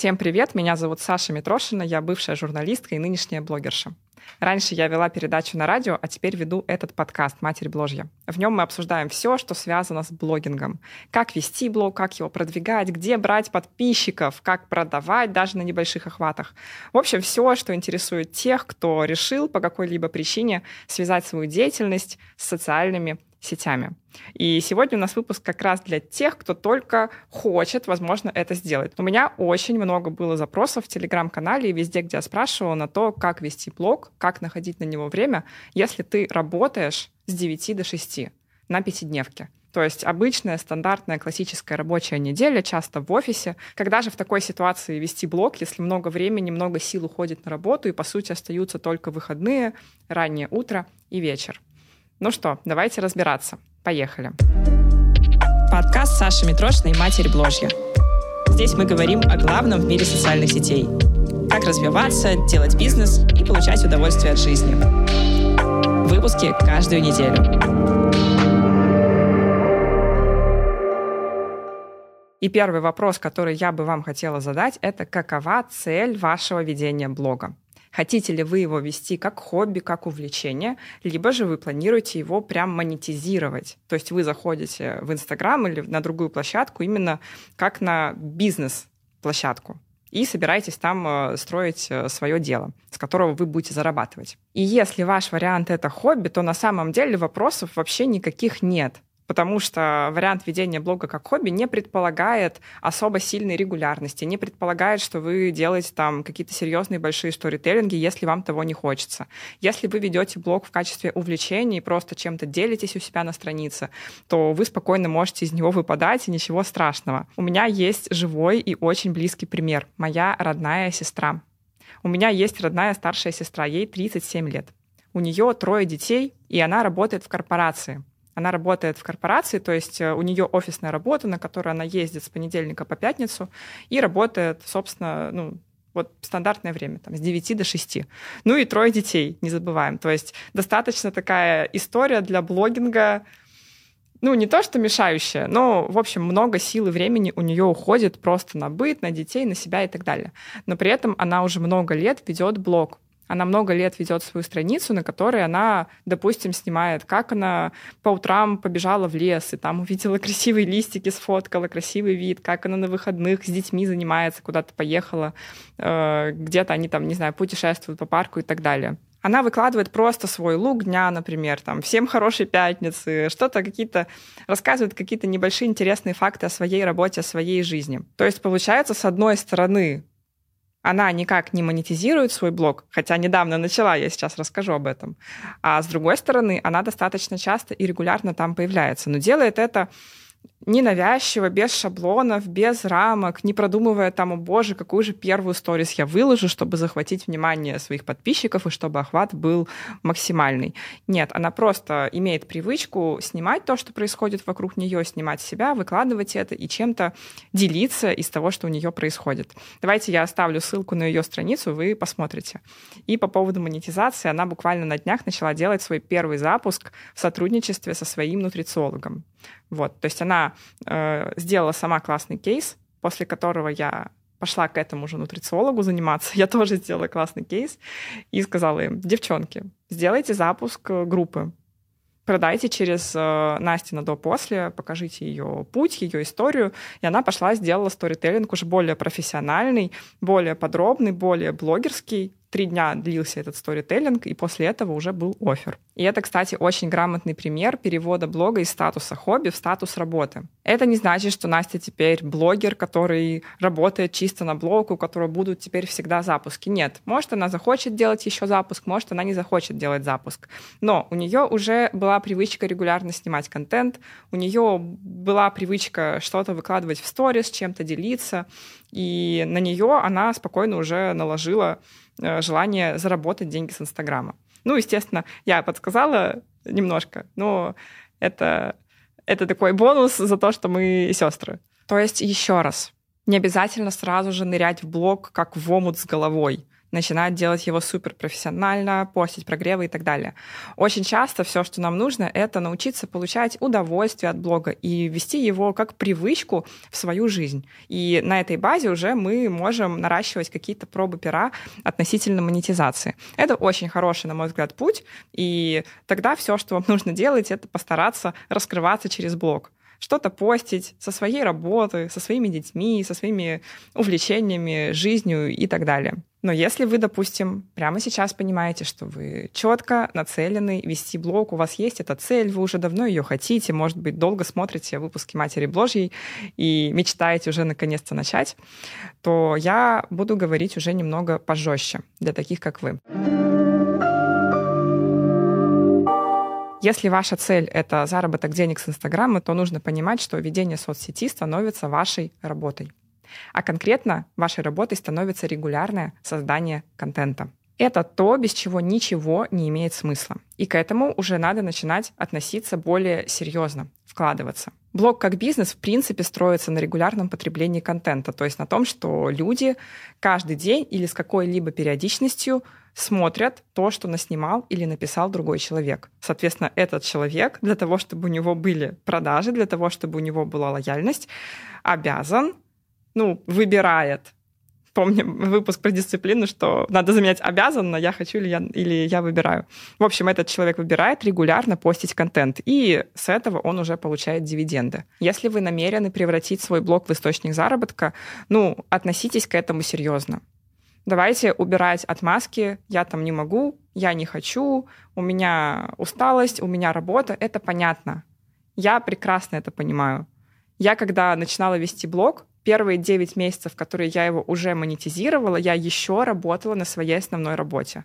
Всем привет, меня зовут Саша Митрошина, я бывшая журналистка и нынешняя блогерша. Раньше я вела передачу на радио, а теперь веду этот подкаст «Матерь Бложья». В нем мы обсуждаем все, что связано с блогингом. Как вести блог, как его продвигать, где брать подписчиков, как продавать даже на небольших охватах. В общем, все, что интересует тех, кто решил по какой-либо причине связать свою деятельность с социальными сетями. И сегодня у нас выпуск как раз для тех, кто только хочет, возможно, это сделать. У меня очень много было запросов в Телеграм-канале и везде, где я спрашивала на то, как вести блог, как находить на него время, если ты работаешь с 9 до 6 на пятидневке. То есть обычная, стандартная, классическая рабочая неделя, часто в офисе. Когда же в такой ситуации вести блог, если много времени, много сил уходит на работу, и, по сути, остаются только выходные, раннее утро и вечер? Ну что, давайте разбираться. Поехали. Подкаст Саши Митрошиной «Матерь Бложья». Здесь мы говорим о главном в мире социальных сетей. Как развиваться, делать бизнес и получать удовольствие от жизни. Выпуски каждую неделю. И первый вопрос, который я бы вам хотела задать, это какова цель вашего ведения блога? Хотите ли вы его вести как хобби, как увлечение, либо же вы планируете его прям монетизировать. То есть вы заходите в Инстаграм или на другую площадку именно как на бизнес-площадку и собираетесь там строить свое дело, с которого вы будете зарабатывать. И если ваш вариант — это хобби, то на самом деле вопросов вообще никаких нет. Потому что вариант ведения блога как хобби не предполагает особо сильной регулярности, не предполагает, что вы делаете там какие-то серьезные большие сторителлинги, если вам того не хочется. Если вы ведете блог в качестве увлечения и просто чем-то делитесь у себя на странице, то вы спокойно можете из него выпадать, и ничего страшного. У меня есть живой и очень близкий пример. Моя родная сестра. У меня есть родная старшая сестра, ей 37 лет. У нее 3 детей, и она работает в корпорации. Она работает в корпорации, то есть у нее офисная работа, на которую она ездит с понедельника по пятницу и работает, собственно, стандартное время, там, с 9 до 6. Ну и 3 детей, не забываем. То есть достаточно такая история для блогинга, не то что мешающая, но, в общем, много сил и времени у нее уходит просто на быт, на детей, на себя и так далее. Но при этом она уже много лет ведет блог. Она много лет ведет свою страницу, на которой она, допустим, снимает, как она по утрам побежала в лес и там увидела красивые листики, сфоткала красивый вид, как она на выходных с детьми занимается, куда-то поехала, где-то они там, не знаю, путешествуют по парку и так далее. Она выкладывает просто свой лук дня, например, там, всем хорошей пятницы, рассказывает какие-то небольшие интересные факты о своей работе, о своей жизни. То есть, получается, с одной стороны, она никак не монетизирует свой блог, хотя недавно начала, я сейчас расскажу об этом. А с другой стороны, она достаточно часто и регулярно там появляется, но делает это ненавязчиво, без шаблонов, без рамок, не продумывая там, о боже, какую же первую сторис я выложу, чтобы захватить внимание своих подписчиков и чтобы охват был максимальный. Нет, она просто имеет привычку снимать то, что происходит вокруг нее, снимать себя, выкладывать это и чем-то делиться из того, что у нее происходит. Давайте я оставлю ссылку на ее страницу, вы посмотрите. И по поводу монетизации, она буквально на днях начала делать свой первый запуск в сотрудничестве со своим нутрициологом. То есть она сделала сама классный кейс, после которого я пошла к этому же нутрициологу заниматься. Я тоже сделала классный кейс и сказала им: девчонки, сделайте запуск группы, продайте через Настина до-после, покажите ее путь, ее историю. И она пошла, сделала сторителлинг уже более профессиональный, более подробный, более блогерский. 3 дня длился этот сторителлинг, и после этого уже был оффер. И это, кстати, очень грамотный пример перевода блога из статуса хобби в статус работы. Это не значит, что Настя теперь блогер, который работает чисто на блог, у которого будут теперь всегда запуски. Нет. Может, она захочет делать еще запуск, может, она не захочет делать запуск. Но у нее уже была привычка регулярно снимать контент, у нее была привычка что-то выкладывать в сторис, чем-то делиться, и на нее она спокойно уже наложила желание заработать деньги с Инстаграма. Естественно, я подсказала немножко, но это такой бонус за то, что мы сестры. То есть, еще раз, не обязательно сразу же нырять в блог, как в омут с головой. начинать делать его суперпрофессионально, постить прогревы и так далее. Очень часто все, что нам нужно, это научиться получать удовольствие от блога и вести его как привычку в свою жизнь. И на этой базе уже мы можем наращивать какие-то пробы пера относительно монетизации. Это очень хороший, на мой взгляд, путь, и тогда все, что вам нужно делать, это постараться раскрываться через блог. Что-то постить со своей работы, со своими детьми, со своими увлечениями, жизнью и так далее. Но если вы, допустим, прямо сейчас понимаете, что вы четко нацелены вести блог, у вас есть эта цель, вы уже давно ее хотите, может быть, долго смотрите выпуски «Матери Божьей» и мечтаете уже наконец-то начать, то я буду говорить уже немного пожестче для таких, как вы. Если ваша цель — это заработок денег с Инстаграма, то нужно понимать, что ведение соцсети становится вашей работой. А конкретно вашей работой становится регулярное создание контента. Это то, без чего ничего не имеет смысла. И к этому уже надо начинать относиться более серьезно, вкладываться. Блог как бизнес, в принципе, строится на регулярном потреблении контента, то есть на том, что люди каждый день или с какой-либо периодичностью смотрят то, что наснимал или написал другой человек. Соответственно, этот человек для того, чтобы у него были продажи, для того, чтобы у него была лояльность, обязан, выбирает. Помним выпуск про дисциплину, что надо заменять обязан на я хочу или я выбираю. В общем, этот человек выбирает регулярно постить контент, и с этого он уже получает дивиденды. Если вы намерены превратить свой блог в источник заработка, относитесь к этому серьезно. Давайте убирать отмазки «я там не могу», «я не хочу», «у меня усталость», «у меня работа». Это понятно. Я прекрасно это понимаю. Я, когда начинала вести блог, первые 9 месяцев, которые я его уже монетизировала, я еще работала на своей основной работе.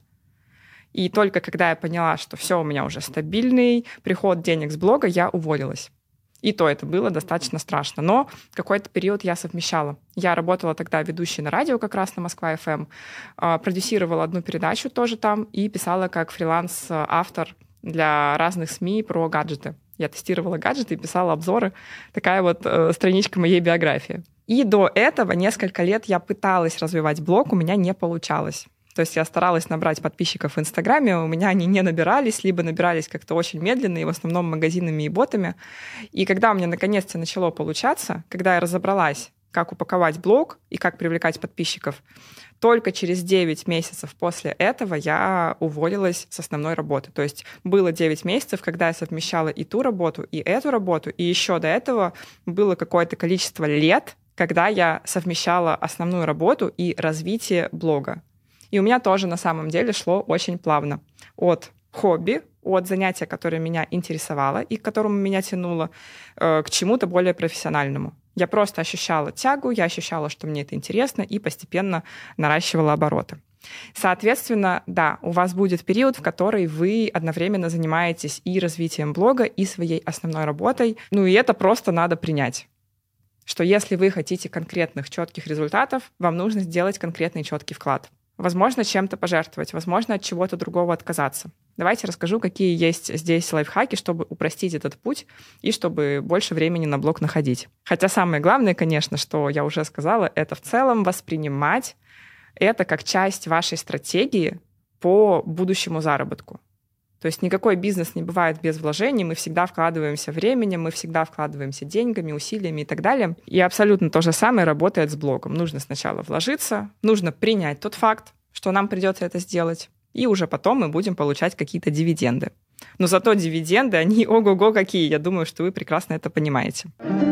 И только когда я поняла, что все у меня уже стабильный приход денег с блога, я уволилась. И то это было достаточно страшно. Но какой-то период я совмещала. Я работала тогда ведущей на радио как раз на Москва-ФМ, продюсировала одну передачу тоже там и писала как фриланс-автор для разных СМИ про гаджеты. Я тестировала гаджеты и писала обзоры. Такая вот страничка моей биографии. И до этого несколько лет я пыталась развивать блог, у меня не получалось. То есть я старалась набрать подписчиков в Инстаграме, у меня они не набирались, либо набирались как-то очень медленно, и в основном магазинами и ботами. И когда у меня наконец-то начало получаться, когда я разобралась, как упаковать блог и как привлекать подписчиков, только через 9 месяцев после этого я уволилась с основной работы. То есть было 9 месяцев, когда я совмещала и ту работу, и эту работу, и еще до этого было какое-то количество лет, когда я совмещала основную работу и развитие блога. И у меня тоже на самом деле шло очень плавно. От хобби, от занятия, которое меня интересовало и к которому меня тянуло, к чему-то более профессиональному. Я просто ощущала тягу, я ощущала, что мне это интересно, и постепенно наращивала обороты. Соответственно, да, у вас будет период, в который вы одновременно занимаетесь и развитием блога, и своей основной работой. И это просто надо принять. Что если вы хотите конкретных, четких результатов, вам нужно сделать конкретный, четкий вклад. Возможно, чем-то пожертвовать, возможно, от чего-то другого отказаться. Давайте расскажу, какие есть здесь лайфхаки, чтобы упростить этот путь и чтобы больше времени на блог находить. Хотя самое главное, конечно, что я уже сказала, это в целом воспринимать это как часть вашей стратегии по будущему заработку. То есть никакой бизнес не бывает без вложений, мы всегда вкладываемся временем, мы всегда вкладываемся деньгами, усилиями и так далее. И абсолютно то же самое работает с блогом. Нужно сначала вложиться, нужно принять тот факт, что нам придется это сделать, и уже потом мы будем получать какие-то дивиденды. Но зато дивиденды, они ого-го какие, я думаю, что вы прекрасно это понимаете.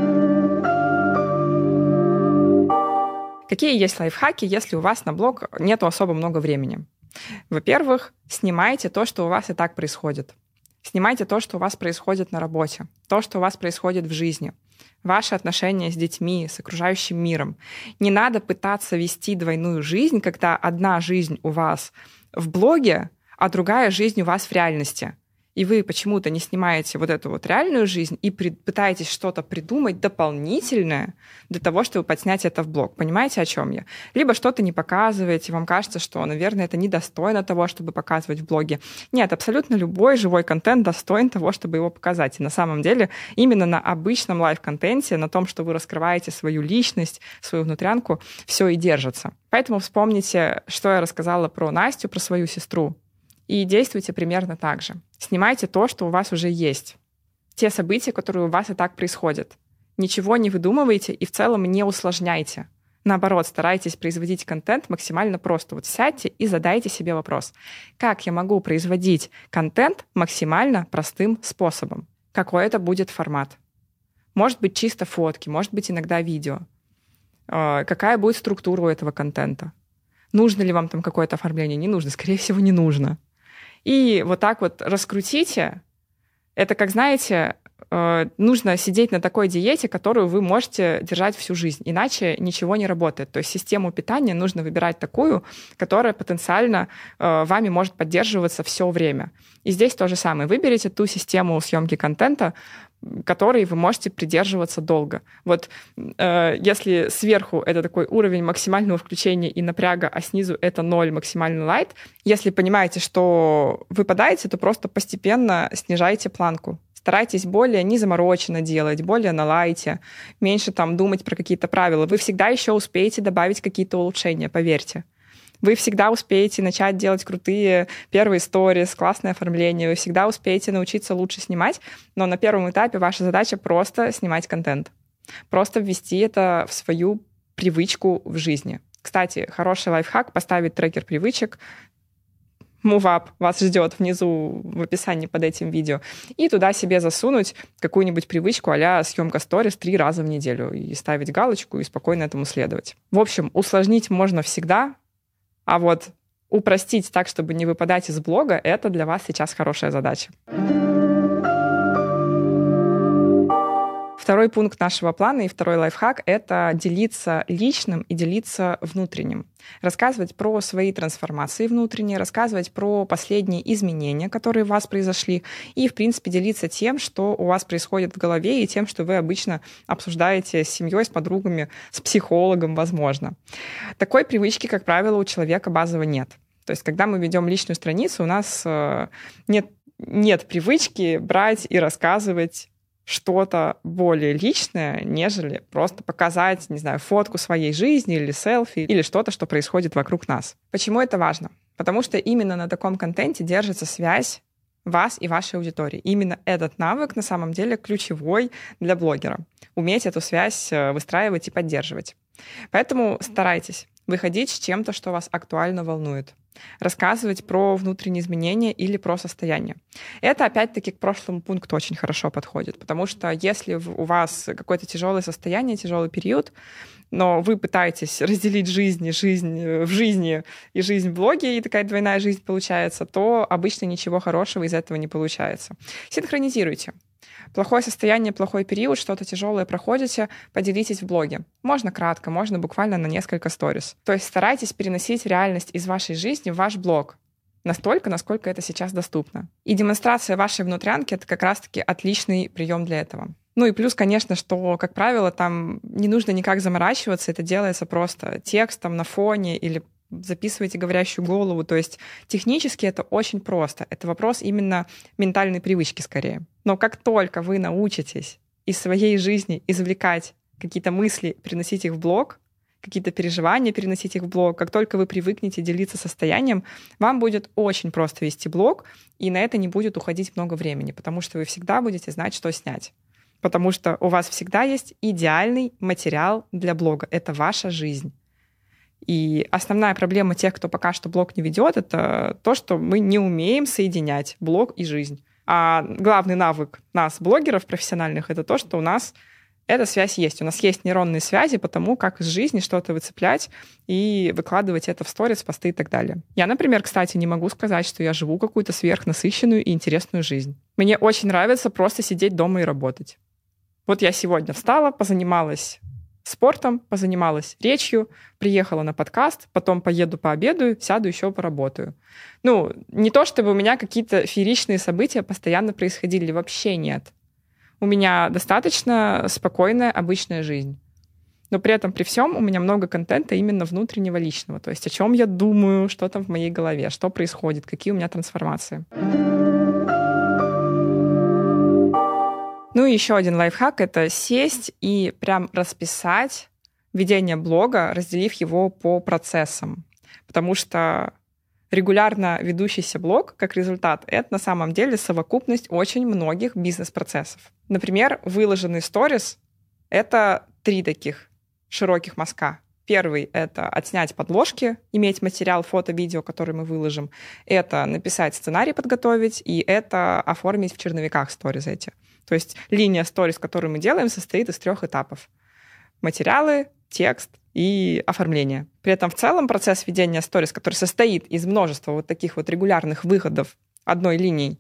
Какие есть лайфхаки, если у вас на блог нету особо много времени? Во-первых, снимайте то, что у вас и так происходит. Снимайте то, что у вас происходит на работе, то, что у вас происходит в жизни, ваши отношения с детьми, с окружающим миром. Не надо пытаться вести двойную жизнь, когда одна жизнь у вас в блоге, а другая жизнь у вас в реальности. и вы почему-то не снимаете вот эту вот реальную жизнь и пытаетесь что-то придумать дополнительное для того, чтобы подснять это в блог. Понимаете, о чем я? Либо что-то не показываете, вам кажется, что, наверное, это недостойно того, чтобы показывать в блоге. Нет, абсолютно любой живой контент достоин того, чтобы его показать. И на самом деле именно на обычном лайв-контенте, на том, что вы раскрываете свою личность, свою внутрянку, все и держится. Поэтому вспомните, что я рассказала про Настю, про свою сестру, и действуйте примерно так же. Снимайте то, что у вас уже есть. Те события, которые у вас и так происходят. Ничего не выдумывайте и в целом не усложняйте. Наоборот, старайтесь производить контент максимально просто. Вот сядьте и задайте себе вопрос. Как я могу производить контент максимально простым способом? Какой это будет формат? Может быть, чисто фотки, может быть, иногда видео. Какая будет структура у этого контента? Нужно ли вам там какое-то оформление? Не нужно. Скорее всего, не нужно. И вот так вот раскрутите. Это, как знаете, нужно сидеть на такой диете, которую вы можете держать всю жизнь. Иначе ничего не работает. То есть систему питания нужно выбирать такую, которая потенциально вами может поддерживаться все время. И здесь то же самое. Выберите ту систему съемки контента, которой вы можете придерживаться долго. Вот если сверху это такой уровень максимального включения и напряга, а снизу это 0, максимальный лайт, если понимаете, что выпадаете, то просто постепенно снижайте планку. Старайтесь более незамороченно делать, более на лайте, меньше там думать про какие-то правила. Вы всегда еще успеете добавить какие-то улучшения, поверьте. Вы всегда успеете начать делать крутые первые сторис, классное оформление, вы всегда успеете научиться лучше снимать, но на первом этапе ваша задача просто снимать контент. Просто ввести это в свою привычку в жизни. Кстати, хороший лайфхак — поставить трекер привычек. MoveUp вас ждет внизу в описании под этим видео. И туда себе засунуть какую-нибудь привычку а-ля съемка сторис 3 раза в неделю и ставить галочку и спокойно этому следовать. В общем, усложнить можно всегда, а вот упростить так, чтобы не выпадать из блога, это для вас сейчас хорошая задача. Второй пункт нашего плана и второй лайфхак — это делиться личным и делиться внутренним. Рассказывать про свои трансформации внутренние, рассказывать про последние изменения, которые у вас произошли, и, в принципе, делиться тем, что у вас происходит в голове, и тем, что вы обычно обсуждаете с семьей, с подругами, с психологом, возможно. Такой привычки, как правило, у человека базово нет. То есть, когда мы ведем личную страницу, у нас нет привычки брать и рассказывать что-то более личное, нежели просто показать, не знаю, фотку своей жизни или селфи, или что-то, что происходит вокруг нас. Почему это важно? Потому что именно на таком контенте держится связь вас и вашей аудитории. Именно этот навык на самом деле ключевой для блогера. Уметь эту связь выстраивать и поддерживать. Поэтому старайтесь выходить с чем-то, что вас актуально волнует. Рассказывать про внутренние изменения или про состояние. Это, опять-таки, к прошлому пункту очень хорошо подходит, потому что если у вас какое-то тяжелое состояние, тяжелый период, но вы пытаетесь разделить жизнь в жизни и жизнь в блоге, и такая двойная жизнь получается, то обычно ничего хорошего из этого не получается. Синхронизируйте. Плохое состояние, плохой период, что-то тяжелое проходите, поделитесь в блоге. Можно кратко, можно буквально на несколько сторис. То есть старайтесь переносить реальность из вашей жизни в ваш блог. Настолько, насколько это сейчас доступно. И демонстрация вашей внутрянки — это как раз-таки отличный прием для этого. Ну и плюс, конечно, что, как правило, там не нужно никак заморачиваться, это делается просто текстом на фоне или записываете говорящую голову. То есть технически это очень просто. Это вопрос именно ментальной привычки скорее. Но как только вы научитесь из своей жизни извлекать какие-то мысли, переносить их в блог, какие-то переживания, переносить их в блог, как только вы привыкнете делиться состоянием, вам будет очень просто вести блог, и на это не будет уходить много времени, потому что вы всегда будете знать, что снять. Потому что у вас всегда есть идеальный материал для блога. Это ваша жизнь. И основная проблема тех, кто пока что блог не ведет, это то, что мы не умеем соединять блог и жизнь. А главный навык нас, блогеров профессиональных, это то, что у нас эта связь есть. У нас есть нейронные связи по тому, как из жизни что-то выцеплять и выкладывать это в сторис, посты и так далее. Я, например, кстати, не могу сказать, что я живу какую-то сверхнасыщенную и интересную жизнь. Мне очень нравится просто сидеть дома и работать. Вот я сегодня встала, позанималась спортом, позанималась речью, приехала на подкаст, потом поеду пообедаю, сяду еще поработаю. Не то чтобы у меня какие-то фееричные события постоянно происходили, вообще нет. У меня достаточно спокойная, обычная жизнь. Но при этом, при всем, у меня много контента именно внутреннего, личного. То есть о чем я думаю, что там в моей голове, что происходит, какие у меня трансформации. И еще один лайфхак — это сесть и прям расписать ведение блога, разделив его по процессам. Потому что регулярно ведущийся блог, как результат, это на самом деле совокупность очень многих бизнес-процессов. Например, выложенный сторис — это 3 таких широких мазка. Первый — это отснять подложки, иметь материал, фото, видео, который мы выложим. Это написать сценарий, подготовить, и это оформить в черновиках сторис эти. То есть линия сторис, которую мы делаем, состоит из 3 этапов. Материалы, текст и оформление. При этом в целом процесс ведения сторис, который состоит из множества вот таких вот регулярных выходов одной линией,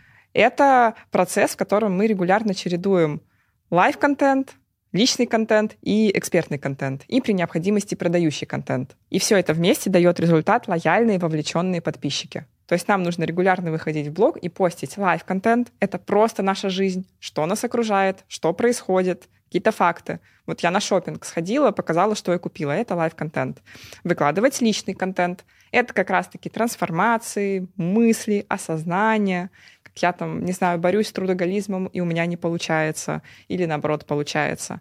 это процесс, в котором мы регулярно чередуем лайв-контент, личный контент и экспертный контент, и при необходимости продающий контент. И все это вместе дает результат лояльные, вовлеченные подписчики. То есть нам нужно регулярно выходить в блог и постить лайв-контент. Это просто наша жизнь, что нас окружает, что происходит, какие-то факты. Вот я на шопинг сходила, показала, что я купила. Это лайв-контент. Выкладывать личный контент. Это как раз-таки трансформации, мысли, осознание. Как я там, не знаю, борюсь с трудоголизмом, и у меня не получается. Или наоборот, получается.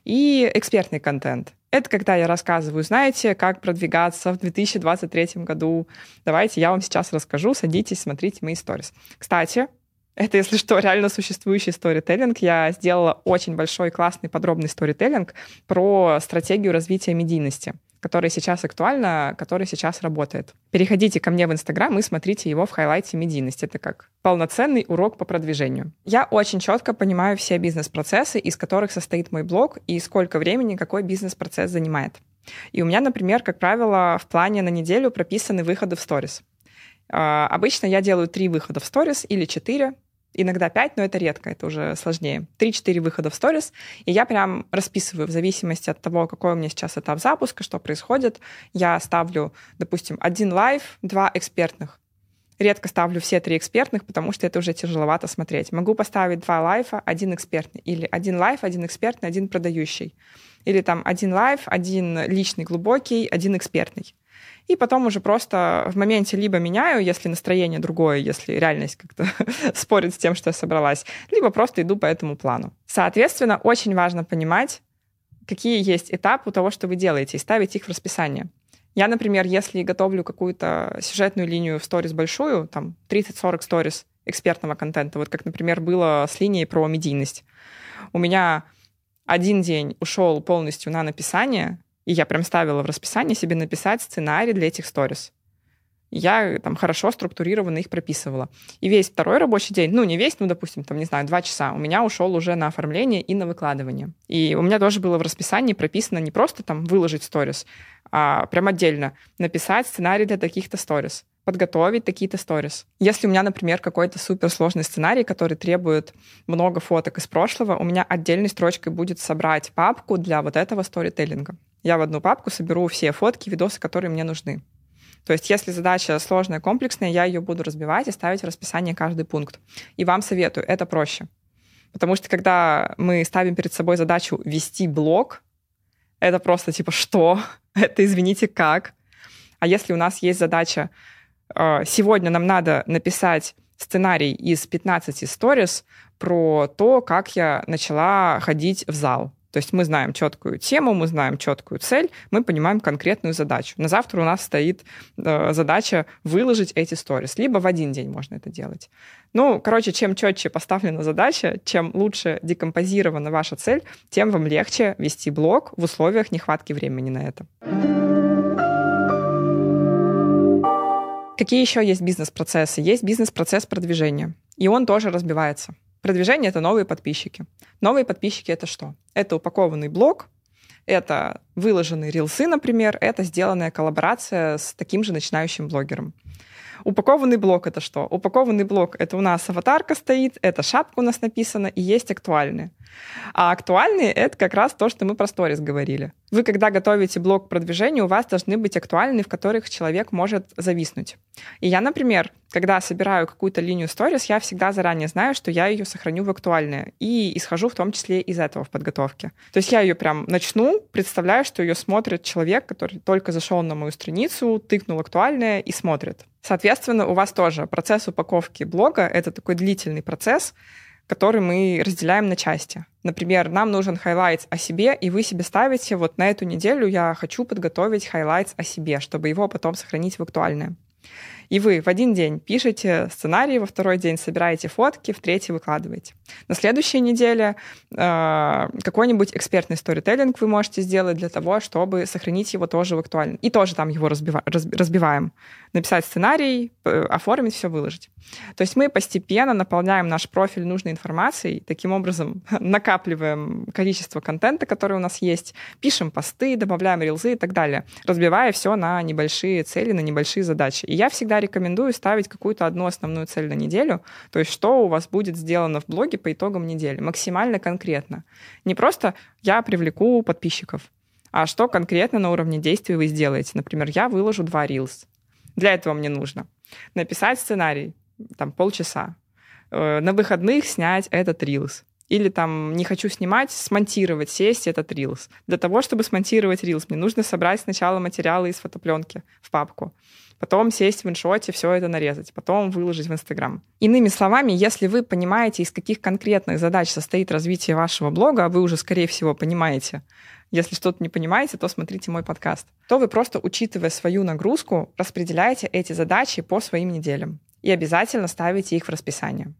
И экспертный контент. Это когда я рассказываю, знаете, как продвигаться в 2023 году. Давайте я вам сейчас расскажу. Садитесь, смотрите мои сторис. Кстати, это, если что, реально существующий сторителлинг. Я сделала очень большой, классный, подробный сторителлинг про стратегию развития медийности, которая сейчас актуальна, которая сейчас работает. Переходите ко мне в Инстаграм и смотрите его в хайлайте медийности. Это как полноценный урок по продвижению. Я очень четко понимаю все бизнес-процессы, из которых состоит мой блог, и сколько времени какой бизнес-процесс занимает. И у меня, например, как правило, в плане на неделю прописаны выходы в сторис. Обычно я делаю 3 выхода в сторис или 4, иногда 5, но это редко, это уже сложнее. 3-4 выхода в сторис, и я прям расписываю в зависимости от того, какой у меня сейчас этап запуска, что происходит. Я ставлю, допустим, 1 лайв, 2 экспертных. Редко ставлю все 3 экспертных, потому что это уже тяжеловато смотреть. Могу поставить 2 лайфа, 1 экспертный, или 1 лайф, 1 экспертный, 1 продающий. Или там 1 лайф, 1 личный глубокий, 1 экспертный. И потом уже просто в моменте либо меняю, если настроение другое, если реальность как-то спорит с тем, что я собралась, либо просто иду по этому плану. Соответственно, очень важно понимать, какие есть этапы у того, что вы делаете, и ставить их в расписание. Я, например, если готовлю какую-то сюжетную линию в сторис большую, там 30-40 сторис экспертного контента, вот как, например, было с линией про медийность, у меня 1 день ушел полностью на написание, и я прям ставила в расписание себе написать сценарий для этих сторис. Я там хорошо структурированно их прописывала. И весь 2-й рабочий день, не весь, допустим, 2 часа, у меня ушел уже на оформление и на выкладывание. И у меня тоже было в расписании прописано не просто там выложить сторис, а прям отдельно написать сценарий для таких-то сторис, подготовить такие-то сторис. Если у меня, например, какой-то суперсложный сценарий, который требует много фоток из прошлого, у меня отдельной строчкой будет собрать папку для вот этого сторителлинга. Я в одну папку соберу все фотки, видосы, которые мне нужны. То есть если задача сложная, комплексная, я ее буду разбивать и ставить в расписание каждый пункт. И вам советую, это проще. Потому что когда мы ставим перед собой задачу вести блог, это просто типа что? Это, извините, как? А если у нас есть задача, сегодня нам надо написать сценарий из 15 сторис про то, как я начала ходить в зал. То есть мы знаем четкую тему, мы знаем четкую цель, мы понимаем конкретную задачу. На завтра у нас стоит задача выложить эти сторис. Либо в 1 день можно это делать. Чем четче поставлена задача, чем лучше декомпозирована ваша цель, тем вам легче вести блог в условиях нехватки времени на это. Какие еще есть бизнес-процессы? Есть бизнес-процесс продвижения. И он тоже разбивается. Продвижение — это новые подписчики. Новые подписчики — это что? Это упакованный блог, это выложенные рилсы, например, это сделанная коллаборация с таким же начинающим блогером. Упакованный блог — это что? Упакованный блог — это у нас аватарка стоит, это шапка у нас написана, и есть актуальные. А актуальные — это как раз то, что мы про сторис говорили. Вы, когда готовите блог к продвижению, у вас должны быть актуальные, в которых человек может зависнуть. И я, например, когда собираю какую-то линию сторис, я всегда заранее знаю, что я ее сохраню в актуальные. И исхожу в том числе из этого в подготовке. То есть я ее прям начну, представляю, что ее смотрит человек, который только зашел на мою страницу, тыкнул актуальное и смотрит. Соответственно, у вас тоже процесс упаковки блога — это такой длительный процесс, который мы разделяем на части. Например, нам нужен хайлайтс о себе, и вы себе ставите, вот на эту неделю я хочу подготовить хайлайтс о себе, чтобы его потом сохранить в актуальное. И вы в один день пишете сценарий, во второй день собираете фотки, в третий выкладываете. На следующей неделе какой-нибудь экспертный сторителлинг вы можете сделать для того, чтобы сохранить его тоже в актуальном. И тоже там его разбиваем. Написать сценарий, оформить, все выложить. То есть мы постепенно наполняем наш профиль нужной информацией, таким образом накапливаем количество контента, который у нас есть, пишем посты, добавляем рилзы и так далее, разбивая все на небольшие цели, на небольшие задачи. И я всегда рекомендую ставить какую-то одну основную цель на неделю, то есть что у вас будет сделано в блоге по итогам недели, максимально конкретно. Не просто «я привлеку подписчиков», а что конкретно на уровне действий вы сделаете. Например, я выложу 2 рилс. Для этого мне нужно написать сценарий, там, полчаса, на выходных снять этот рилс. Или там не хочу снимать, смонтировать, сесть этот рилс. Для того, чтобы смонтировать рилс, мне нужно собрать сначала материалы из фотопленки в папку, потом сесть в иншоте, все это нарезать, потом выложить в Инстаграм. Иными словами, если вы понимаете, из каких конкретных задач состоит развитие вашего блога, а вы уже, скорее всего, понимаете, если что-то не понимаете, то смотрите мой подкаст, то вы просто, учитывая свою нагрузку, распределяете эти задачи по своим неделям и обязательно ставите их в расписание.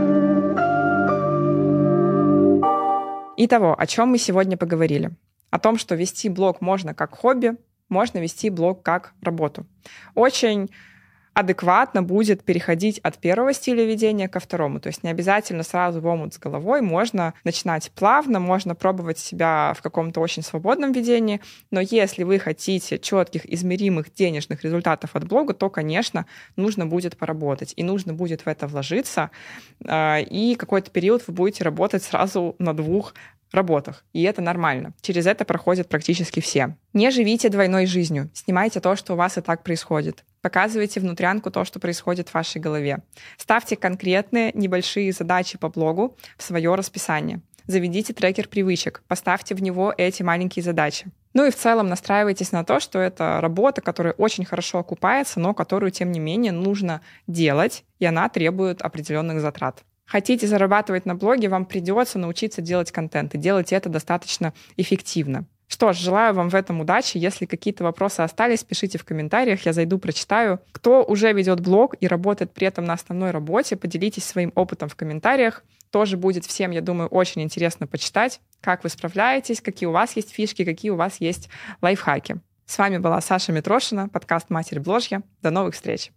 Итого, о чем мы сегодня поговорили? О том, что вести блог можно как хобби, можно вести блог как работу. Очень адекватно будет переходить от первого стиля ведения ко второму. То есть не обязательно сразу в омут с головой. Можно начинать плавно, можно пробовать себя в каком-то очень свободном ведении. Но если вы хотите четких, измеримых денежных результатов от блога, то, конечно, нужно будет поработать. И нужно будет в это вложиться. И какой-то период вы будете работать сразу на 2 работах. И это нормально. Через это проходят практически все. Не живите двойной жизнью. Снимайте то, что у вас и так происходит. Показывайте внутрянку то, что происходит в вашей голове. Ставьте конкретные небольшие задачи по блогу в свое расписание. Заведите трекер привычек. Поставьте в него эти маленькие задачи. Ну и в целом настраивайтесь на то, что это работа, которая очень хорошо окупается, но которую, тем не менее, нужно делать, и она требует определенных затрат. Хотите зарабатывать на блоге, вам придется научиться делать контент, и делать это достаточно эффективно. Что ж, желаю вам в этом удачи. Если какие-то вопросы остались, пишите в комментариях, я зайду, прочитаю. Кто уже ведет блог и работает при этом на основной работе, поделитесь своим опытом в комментариях. Тоже будет всем, я думаю, очень интересно почитать, как вы справляетесь, какие у вас есть фишки, какие у вас есть лайфхаки. С вами была Саша Митрошина, подкаст «Матерь Бложья». До новых встреч!